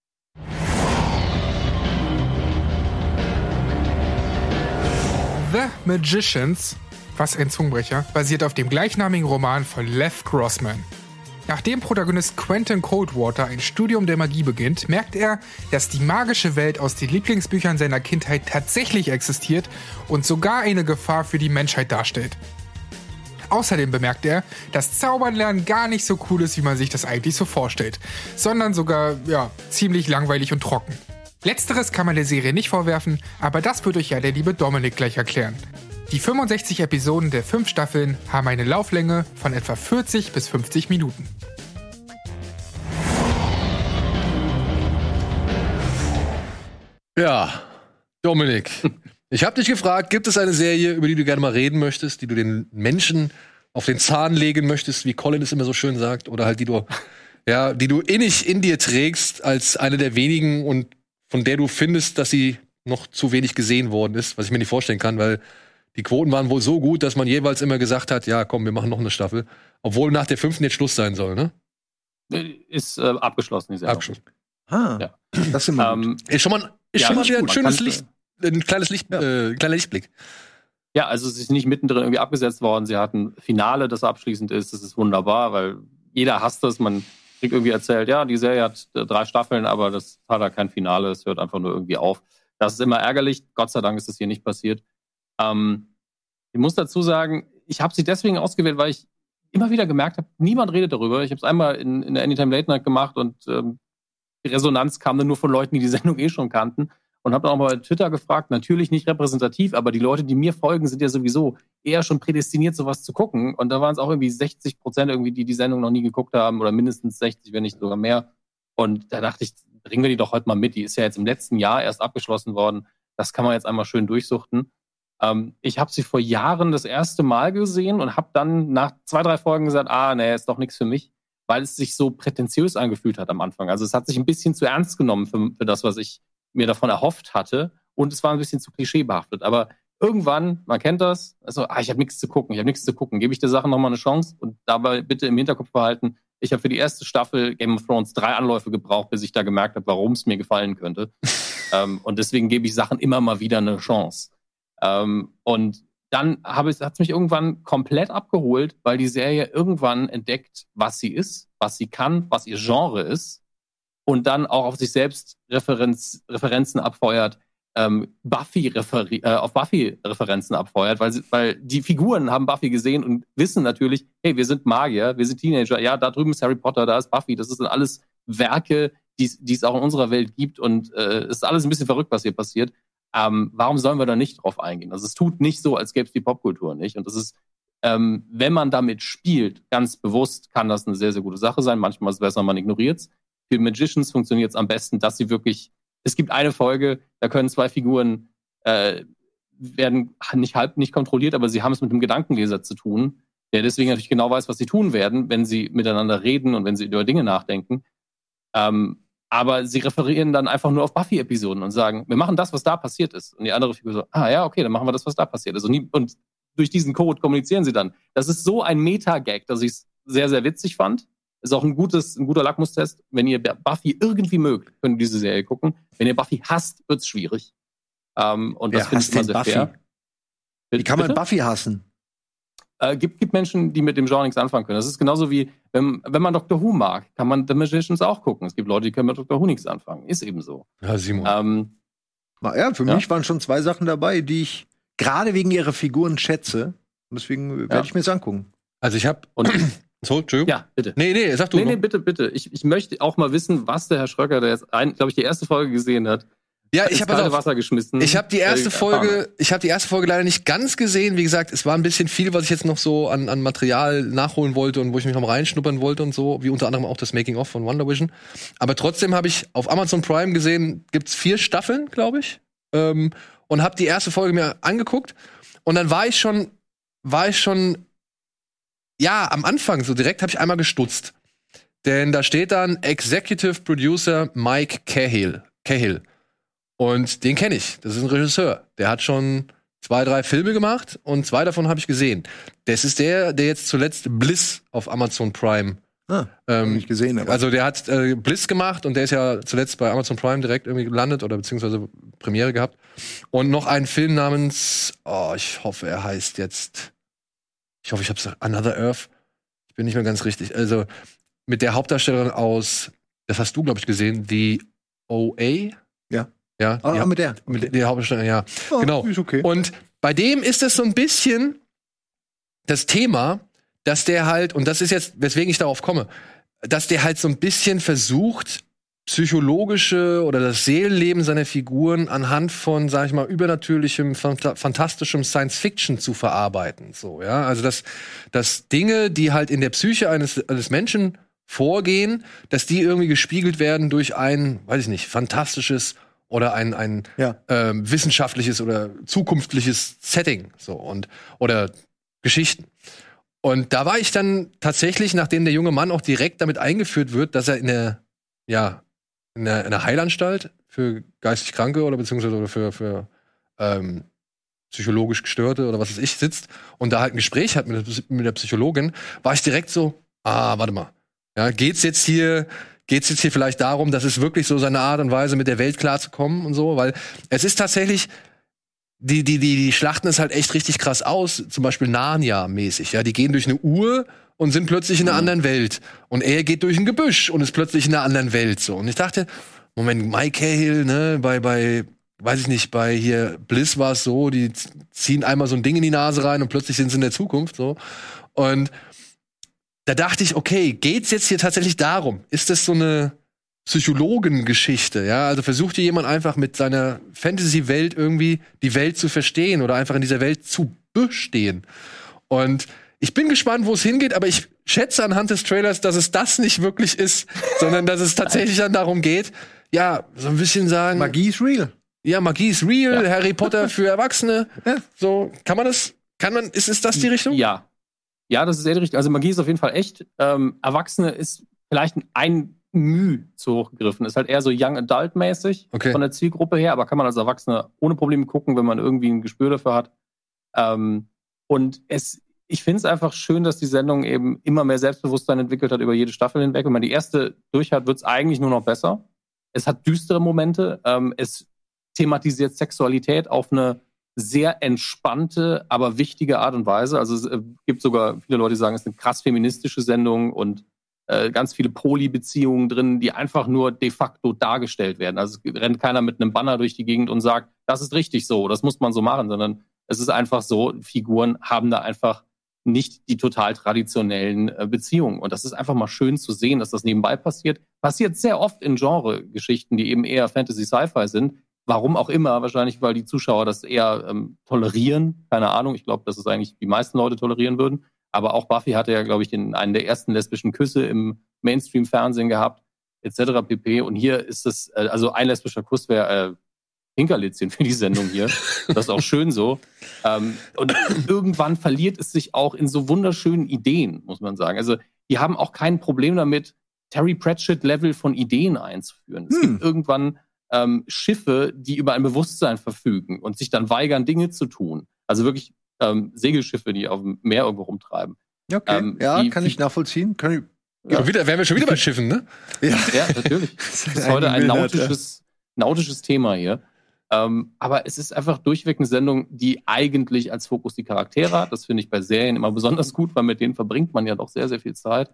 The Magicians, was ein Zungenbrecher, basiert auf dem gleichnamigen Roman von Lev Grossman. Nachdem Protagonist Quentin Coldwater ein Studium der Magie beginnt, merkt er, dass die magische Welt aus den Lieblingsbüchern seiner Kindheit tatsächlich existiert und sogar eine Gefahr für die Menschheit darstellt. Außerdem bemerkt er, dass Zaubernlernen gar nicht so cool ist, wie man sich das eigentlich so vorstellt, sondern sogar, ziemlich langweilig und trocken. Letzteres kann man der Serie nicht vorwerfen, aber das wird euch ja der liebe Dominik gleich erklären. Die 65 Episoden der 5 Staffeln haben eine Lauflänge von etwa 40 bis 50 Minuten. Ja, Dominik, ich habe dich gefragt, gibt es eine Serie, über die du gerne mal reden möchtest, die du den Menschen auf den Zahn legen möchtest, wie Colin es immer so schön sagt, oder halt die du innig in dir trägst als eine der wenigen und von der du findest, dass sie noch zu wenig gesehen worden ist, was ich mir nicht vorstellen kann, weil die Quoten waren wohl so gut, dass man jeweils immer gesagt hat, ja, komm, wir machen noch eine Staffel. Obwohl nach der 5. jetzt Schluss sein soll, ne? Ist abgeschlossen, die Serie. Abgeschlossen. Ja. Das sind wir Ist schon mal wieder ein schönes Licht, ein kleiner Lichtblick. Ja, also es ist nicht mittendrin irgendwie abgesetzt worden. Sie hatten Finale, das abschließend ist. Das ist wunderbar, weil jeder hasst es. Man kriegt irgendwie erzählt, ja, die Serie hat 3 Staffeln, aber das hat halt kein Finale. Es hört einfach nur irgendwie auf. Das ist immer ärgerlich. Gott sei Dank ist das hier nicht passiert. Ich muss dazu sagen, ich habe sie deswegen ausgewählt, weil ich immer wieder gemerkt habe, niemand redet darüber. Ich habe es einmal in der Anytime Late Night gemacht und die Resonanz kam dann nur von Leuten, die Sendung schon kannten. Und habe dann auch mal bei Twitter gefragt, natürlich nicht repräsentativ, aber die Leute, die mir folgen, sind ja sowieso eher schon prädestiniert, sowas zu gucken. Und da waren es auch irgendwie 60% irgendwie, die Sendung noch nie geguckt haben oder mindestens 60, wenn nicht sogar mehr. Und da dachte ich, bringen wir die doch heute mal mit. Die ist ja jetzt im letzten Jahr erst abgeschlossen worden. Das kann man jetzt einmal schön durchsuchten. Ich habe sie vor Jahren das erste Mal gesehen und habe dann nach 2, 3 Folgen gesagt, ist doch nichts für mich, weil es sich so prätentiös angefühlt hat am Anfang. Also es hat sich ein bisschen zu ernst genommen für das, was ich mir davon erhofft hatte und es war ein bisschen zu klischeebehaftet. Aber irgendwann, man kennt das, also ich habe nichts zu gucken, gebe ich der Sache nochmal eine Chance und dabei bitte im Hinterkopf behalten, ich habe für die erste Staffel Game of Thrones 3 Anläufe gebraucht, bis ich da gemerkt habe, warum es mir gefallen könnte. Und deswegen gebe ich Sachen immer mal wieder eine Chance. Und dann hat es mich irgendwann komplett abgeholt, weil die Serie irgendwann entdeckt, was sie ist, was sie kann, was ihr Genre ist und dann auch auf sich selbst Referenzen abfeuert, auf Buffy-Referenzen abfeuert, weil die Figuren haben Buffy gesehen und wissen natürlich, hey, wir sind Magier, wir sind Teenager, ja, da drüben ist Harry Potter, da ist Buffy, das sind alles Werke, die es auch in unserer Welt gibt und es ist alles ein bisschen verrückt, was hier passiert. Warum sollen wir da nicht drauf eingehen? Also es tut nicht so, als gäbe es die Popkultur nicht. Und das ist, wenn man damit spielt, ganz bewusst, kann das eine sehr, sehr gute Sache sein. Manchmal ist es besser, man ignoriert es. Für Magicians funktioniert es am besten, dass sie wirklich, es gibt eine Folge, da können 2 Figuren werden nicht kontrolliert, aber sie haben es mit einem Gedankenleser zu tun, der deswegen natürlich genau weiß, was sie tun werden, wenn sie miteinander reden und wenn sie über Dinge nachdenken. Aber sie referieren dann einfach nur auf Buffy-Episoden und sagen, wir machen das, was da passiert ist. Und die andere Figur so, ja, okay, dann machen wir das, was da passiert ist. Und durch diesen Code kommunizieren sie dann. Das ist so ein Meta-Gag, dass ich es sehr, sehr witzig fand. Ist auch ein guter Lackmustest. Wenn ihr Buffy irgendwie mögt, könnt ihr diese Serie gucken. Wenn ihr Buffy hasst, wird's schwierig. Und das finde ich immer sehr Buffy? fair. Wie kann man Buffy hassen? Gibt Menschen, die mit dem Genre nichts anfangen können. Das ist genauso wie, wenn man Doctor Who mag, kann man The Magicians auch gucken. Es gibt Leute, die können mit Doctor Who nichts anfangen. Ist eben so. Ja, Simon. Für mich waren schon 2 Sachen dabei, die ich gerade wegen ihrer Figuren schätze. Und deswegen werde ich mir das angucken. Also ich habe... So, Entschuldigung? Ja, bitte. Nee, sag du. Nee, bitte. Ich möchte auch mal wissen, was der Herr Schröcker, der jetzt, glaube ich, die erste Folge gesehen hat, ja, ich habe Wasser geschmissen. Ich habe die erste Folge leider nicht ganz gesehen. Wie gesagt, es war ein bisschen viel, was ich jetzt noch so an Material nachholen wollte und wo ich mich noch reinschnuppern wollte und so, wie unter anderem auch das Making of von WandaVision. Aber trotzdem habe ich auf Amazon Prime gesehen, gibt's 4 Staffeln, glaube ich, und habe die erste Folge mir angeguckt und dann war ich schon ja, am Anfang so direkt habe ich einmal gestutzt. Denn da steht dann Executive Producer Mike Cahill. Und den kenne ich. Das ist ein Regisseur. Der hat schon 2, 3 Filme gemacht und 2 davon habe ich gesehen. Das ist der jetzt zuletzt Bliss auf Amazon Prime. Nicht gesehen. Aber. Also der hat Bliss gemacht und der ist ja zuletzt bei Amazon Prime direkt irgendwie gelandet oder beziehungsweise Premiere gehabt. Und noch einen Film namens, ich hoffe, er heißt jetzt, ich hoffe, ich hab's Another Earth. Ich bin nicht mehr ganz richtig. Also mit der Hauptdarstellerin aus, das hast du, glaube ich, gesehen, die OA. Ja, mit der. Mit der Hauptdarstellerin, ja. Genau. Ist okay. Und bei dem ist es so ein bisschen das Thema, dass der halt, und das ist jetzt, weswegen ich darauf komme, dass der halt so ein bisschen versucht, psychologische oder das Seelenleben seiner Figuren anhand von, sag ich mal, übernatürlichem, fantastischem Science-Fiction zu verarbeiten. So, ja. Also, dass Dinge, die halt in der Psyche eines Menschen vorgehen, dass die irgendwie gespiegelt werden durch ein, weiß ich nicht, fantastisches oder ein wissenschaftliches oder zukünftiges Setting. So, oder Geschichten. Und da war ich dann tatsächlich, nachdem der junge Mann auch direkt damit eingeführt wird, dass er in einer Heilanstalt für geistig Kranke oder beziehungsweise für psychologisch Gestörte oder was weiß ich sitzt und da halt ein Gespräch hat mit der Psychologin, war ich direkt so, warte mal. Ja, geht's jetzt hier vielleicht darum, dass es wirklich so seine Art und Weise mit der Welt klarzukommen und so, weil es ist tatsächlich die schlachten es halt echt richtig krass aus, zum Beispiel Narnia-mäßig, ja, die gehen durch eine Uhr und sind plötzlich in einer anderen Welt. Und er geht durch ein Gebüsch und ist plötzlich in einer anderen Welt, so. Und ich dachte, Moment, Mike Cahill, ne, weiß ich nicht, bei hier Bliss war es so, die ziehen einmal so ein Ding in die Nase rein und plötzlich sind sie in der Zukunft, so. Und da dachte ich, okay, geht's jetzt hier tatsächlich darum? Ist das so eine Psychologengeschichte, ja? Also versucht hier jemand einfach mit seiner Fantasy-Welt irgendwie die Welt zu verstehen oder einfach in dieser Welt zu bestehen. Und ich bin gespannt, wo es hingeht, aber ich schätze anhand des Trailers, dass es das nicht wirklich ist, sondern dass es tatsächlich dann darum geht, ja, so ein bisschen sagen. Magie ist real. Ja, Magie ist real, ja. Harry Potter für Erwachsene. Ja. So, ist das die Richtung? Ja. Ja, das ist sehr die Richtung. Also Magie ist auf jeden Fall echt. Erwachsene ist vielleicht ein Mühe zu hoch gegriffen. Ist halt eher so Young Adult-mäßig von der Zielgruppe her, aber kann man als Erwachsener ohne Probleme gucken, wenn man irgendwie ein Gespür dafür hat. Und ich finde es einfach schön, dass die Sendung eben immer mehr Selbstbewusstsein entwickelt hat über jede Staffel hinweg. Wenn man die erste durch hat, wird es eigentlich nur noch besser. Es hat düstere Momente. Es thematisiert Sexualität auf eine sehr entspannte, aber wichtige Art und Weise. Also es gibt sogar viele Leute, die sagen, es ist eine krass feministische Sendung und ganz viele Poly-Beziehungen drin, die einfach nur de facto dargestellt werden. Also es rennt keiner mit einem Banner durch die Gegend und sagt, das ist richtig so, das muss man so machen, sondern es ist einfach so, Figuren haben da einfach nicht die total traditionellen Beziehungen. Und das ist einfach mal schön zu sehen, dass das nebenbei passiert. Passiert sehr oft in Genre-Geschichten, die eben eher Fantasy-Sci-Fi sind. Warum auch immer, wahrscheinlich, weil die Zuschauer das eher tolerieren. Keine Ahnung, ich glaube, dass es eigentlich die meisten Leute tolerieren würden. Aber auch Buffy hatte ja, glaube ich, einen der ersten lesbischen Küsse im Mainstream-Fernsehen gehabt, etc. pp. Und hier ist es, also ein lesbischer Kuss wäre Hinkerlitzchen für die Sendung hier. Das ist auch schön so. Und irgendwann verliert es sich auch in so wunderschönen Ideen, muss man sagen. Also die haben auch kein Problem damit, Terry Pratchett-Level von Ideen einzuführen. Es gibt irgendwann Schiffe, die über ein Bewusstsein verfügen und sich dann weigern, Dinge zu tun. Also wirklich Segelschiffe, die auf dem Meer irgendwo rumtreiben. Okay, kann ich nachvollziehen. Wären wir schon wieder bei Schiffen, ne? Ja, natürlich. Das ist heute ein nautisches Thema hier. Aber es ist einfach durchweg eine Sendung, die eigentlich als Fokus die Charaktere hat. Das finde ich bei Serien immer besonders gut, weil mit denen verbringt man ja doch sehr, sehr viel Zeit.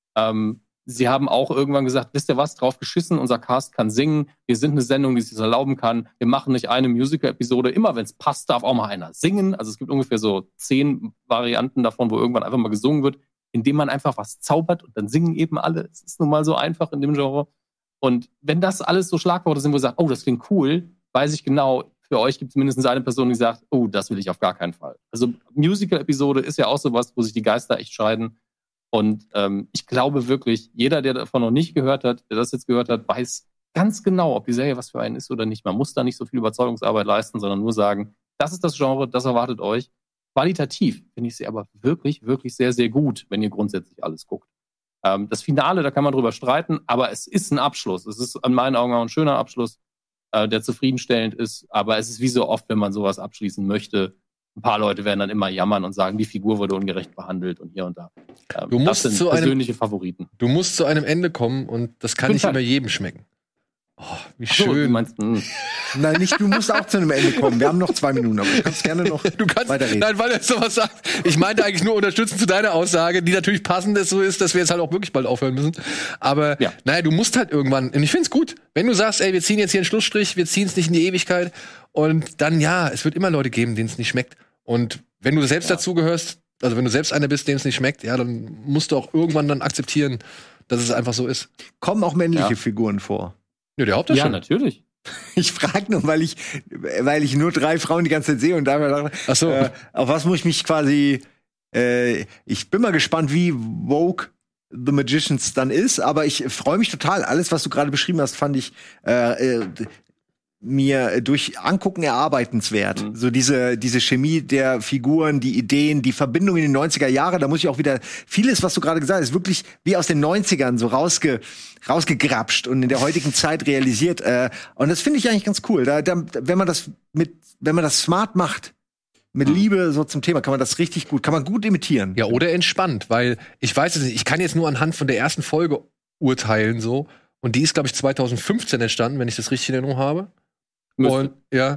Sie haben auch irgendwann gesagt, wisst ihr was, drauf geschissen, unser Cast kann singen, wir sind eine Sendung, die sich das erlauben kann, wir machen nicht eine Musical-Episode, immer wenn es passt, darf auch mal einer singen. Also es gibt ungefähr so 10 Varianten davon, wo irgendwann einfach mal gesungen wird, indem man einfach was zaubert und dann singen eben alle. Es ist nun mal so einfach in dem Genre. Und wenn das alles so Schlagworte sind, wo ihr sagt, oh, das klingt cool, weiß ich genau, für euch gibt es mindestens eine Person, die sagt, oh, das will ich auf gar keinen Fall. Also Musical-Episode ist ja auch sowas, wo sich die Geister echt scheiden. Und ich glaube wirklich, jeder, der davon noch nicht gehört hat, der das jetzt gehört hat, weiß ganz genau, ob die Serie was für einen ist oder nicht. Man muss da nicht so viel Überzeugungsarbeit leisten, sondern nur sagen, das ist das Genre, das erwartet euch. Qualitativ finde ich sie aber wirklich, wirklich sehr, sehr gut, wenn ihr grundsätzlich alles guckt. Das Finale, da kann man drüber streiten, aber es ist ein Abschluss. Es ist in meinen Augen auch ein schöner Abschluss, der zufriedenstellend ist. Aber es ist wie so oft, wenn man sowas abschließen möchte, ein paar Leute werden dann immer jammern und sagen, die Figur wurde ungerecht behandelt und hier und da. Das sind persönliche Favoriten. Du musst zu einem Ende kommen und das kann nicht immer jedem schmecken. Oh, wie schön. Du meinst, Nein, nicht, du musst auch zu einem Ende kommen. Wir haben noch 2 Minuten, aber du kannst gerne noch weiterreden. Nein, weil er sowas sagt. Ich meinte eigentlich nur unterstützend zu deiner Aussage, die natürlich passend ist, so ist, dass wir jetzt halt auch wirklich bald aufhören müssen. Aber naja, du musst halt irgendwann, und ich find's gut, wenn du sagst, ey, wir ziehen jetzt hier einen Schlussstrich, wir ziehen es nicht in die Ewigkeit und dann, es wird immer Leute geben, denen es nicht schmeckt. Und wenn du selbst dazugehörst, also wenn du selbst einer bist, dem es nicht schmeckt, dann musst du auch irgendwann dann akzeptieren, dass es einfach so ist. Kommen auch männliche Figuren vor? Ja, der Hauptdarsteller. Ja, natürlich. Ich frage nur, weil ich nur 3 Frauen die ganze Zeit sehe und dabei dachte, ach so. Auf was muss ich mich quasi ich bin mal gespannt, wie woke The Magicians dann ist, aber ich freue mich total. Alles, was du gerade beschrieben hast, fand ich mir durch Angucken erarbeitenswert. So diese Chemie der Figuren, die Ideen, die Verbindung in den 90er Jahre, da muss ich auch wieder vieles, was du gerade gesagt hast, ist wirklich wie aus den 90ern so rausgegrapscht und in der heutigen Zeit realisiert. Und das finde ich eigentlich ganz cool. Wenn man das smart macht, mit Liebe so zum Thema, kann man gut imitieren. Ja, oder entspannt, weil ich weiß es nicht, ich kann jetzt nur anhand von der ersten Folge urteilen so. Und die ist, glaube ich, 2015 entstanden, wenn ich das richtig in Erinnerung habe. Und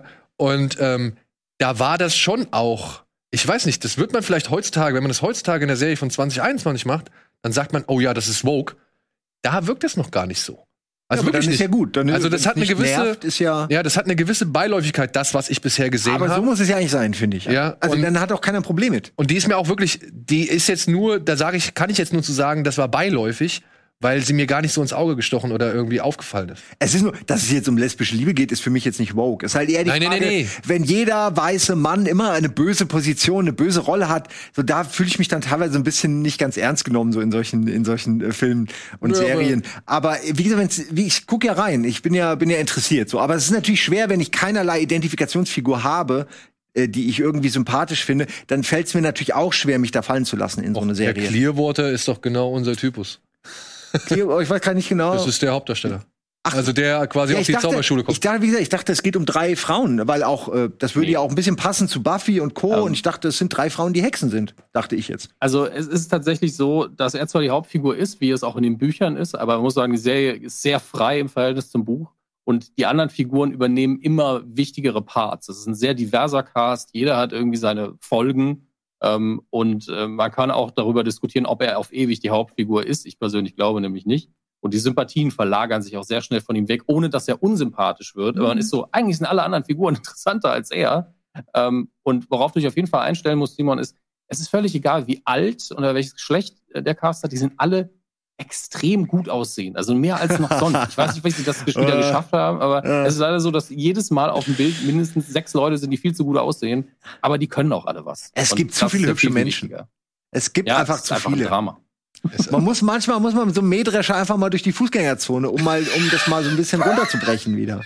da war das schon auch, ich weiß nicht, das wird man vielleicht heutzutage, wenn man das heutzutage in der Serie von 2021 macht, dann sagt man, oh ja, das ist woke. Da wirkt das noch gar nicht so. Also aber dann ist ja gut. Also das hat eine gewisse, nervt, das hat eine gewisse Beiläufigkeit, das, was ich bisher gesehen habe. Aber so muss es ja eigentlich sein, finde ich. Ja, also dann hat auch keiner ein Problem mit. Und die ist mir auch wirklich, die ist jetzt nur, kann ich jetzt nur zu sagen, das war beiläufig, weil sie mir gar nicht so ins Auge gestochen oder irgendwie aufgefallen ist. Es ist nur, dass es jetzt um lesbische Liebe geht, ist für mich jetzt nicht woke. Es ist halt eher die Frage, wenn jeder weiße Mann immer eine böse Position, eine böse Rolle hat, so da fühle ich mich dann teilweise ein bisschen nicht ganz ernst genommen, so in solchen Filmen und Serien. Aber wie gesagt, ich gucke ja rein, ich bin ja interessiert, so. Aber es ist natürlich schwer, wenn ich keinerlei Identifikationsfigur habe, die ich irgendwie sympathisch finde, dann fällt es mir natürlich auch schwer, mich da fallen zu lassen in so eine Serie. Der Clearwater ist doch genau unser Typus. Ich weiß gar nicht genau. Das ist der Hauptdarsteller. Also der quasi auf die Zauberschule kommt. Ich dachte, es geht um 3 Frauen, weil auch das würde ja auch ein bisschen passen zu Buffy und Co. Und ich dachte, es sind 3 Frauen, die Hexen sind, dachte ich jetzt. Also es ist tatsächlich so, dass er zwar die Hauptfigur ist, wie es auch in den Büchern ist, aber man muss sagen, die Serie ist sehr frei im Verhältnis zum Buch. Und die anderen Figuren übernehmen immer wichtigere Parts. Das ist ein sehr diverser Cast. Jeder hat irgendwie seine Folgen. Und man kann auch darüber diskutieren, ob er auf ewig die Hauptfigur ist. Ich persönlich glaube nämlich nicht. Und die Sympathien verlagern sich auch sehr schnell von ihm weg, ohne dass er unsympathisch wird. Aber man ist so, eigentlich sind alle anderen Figuren interessanter als er. Und worauf du dich auf jeden Fall einstellen musst, Simon, ist, es ist völlig egal, wie alt oder welches Geschlecht der Cast hat, die sind alle extrem gut aussehen. Also mehr als noch sonst. Ich weiß nicht, wie sie das wieder geschafft haben, aber es ist leider so, dass jedes Mal auf dem Bild mindestens 6 Leute sind, die viel zu gut aussehen, aber die können auch alle was. Es gibt zu viele hübsche Menschen. Es gibt einfach zu viele. Ein Drama. Manchmal muss man mit so einem Mähdrescher einfach mal durch die Fußgängerzone, um das mal so ein bisschen runterzubrechen wieder.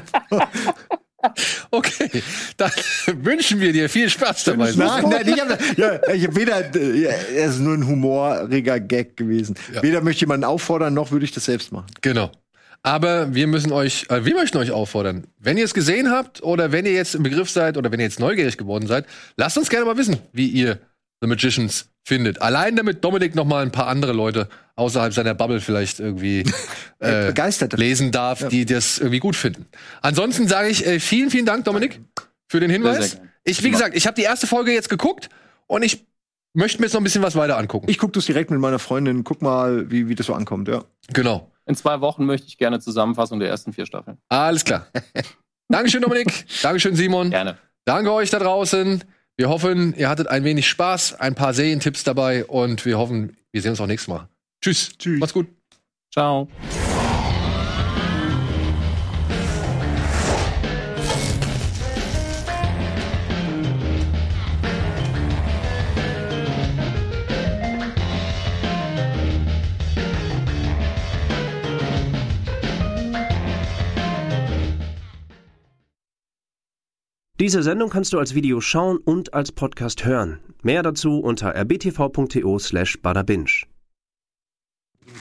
Okay, dann wünschen wir dir viel Spaß dabei. Nein, ich habe weder, es ist nur ein humoriger Gag gewesen. Ja. Weder möchte ich jemanden auffordern, noch würde ich das selbst machen. Genau. Aber wir möchten euch auffordern, wenn ihr es gesehen habt oder wenn ihr jetzt im Begriff seid oder wenn ihr jetzt neugierig geworden seid, lasst uns gerne mal wissen, wie ihr The Magicians findet. Allein damit Dominik noch mal ein paar andere Leute außerhalb seiner Bubble vielleicht irgendwie lesen darf, die das irgendwie gut finden. Ansonsten sage ich vielen, vielen Dank, Dominik, für den Hinweis. Wie gesagt, ich habe die erste Folge jetzt geguckt und ich möchte mir jetzt noch ein bisschen was weiter angucken. Ich gucke das direkt mit meiner Freundin, guck mal, wie das so ankommt, ja. Genau. In 2 Wochen möchte ich gerne Zusammenfassung der ersten 4 Staffeln. Alles klar. Dankeschön, Dominik. Dankeschön, Simon. Gerne. Danke euch da draußen. Wir hoffen, ihr hattet ein wenig Spaß, ein paar Serientipps dabei und wir hoffen, wir sehen uns auch nächstes Mal. Tschüss. Macht's gut. Ciao. Diese Sendung kannst du als Video schauen und als Podcast hören. Mehr dazu unter rbtv.to/badabinch.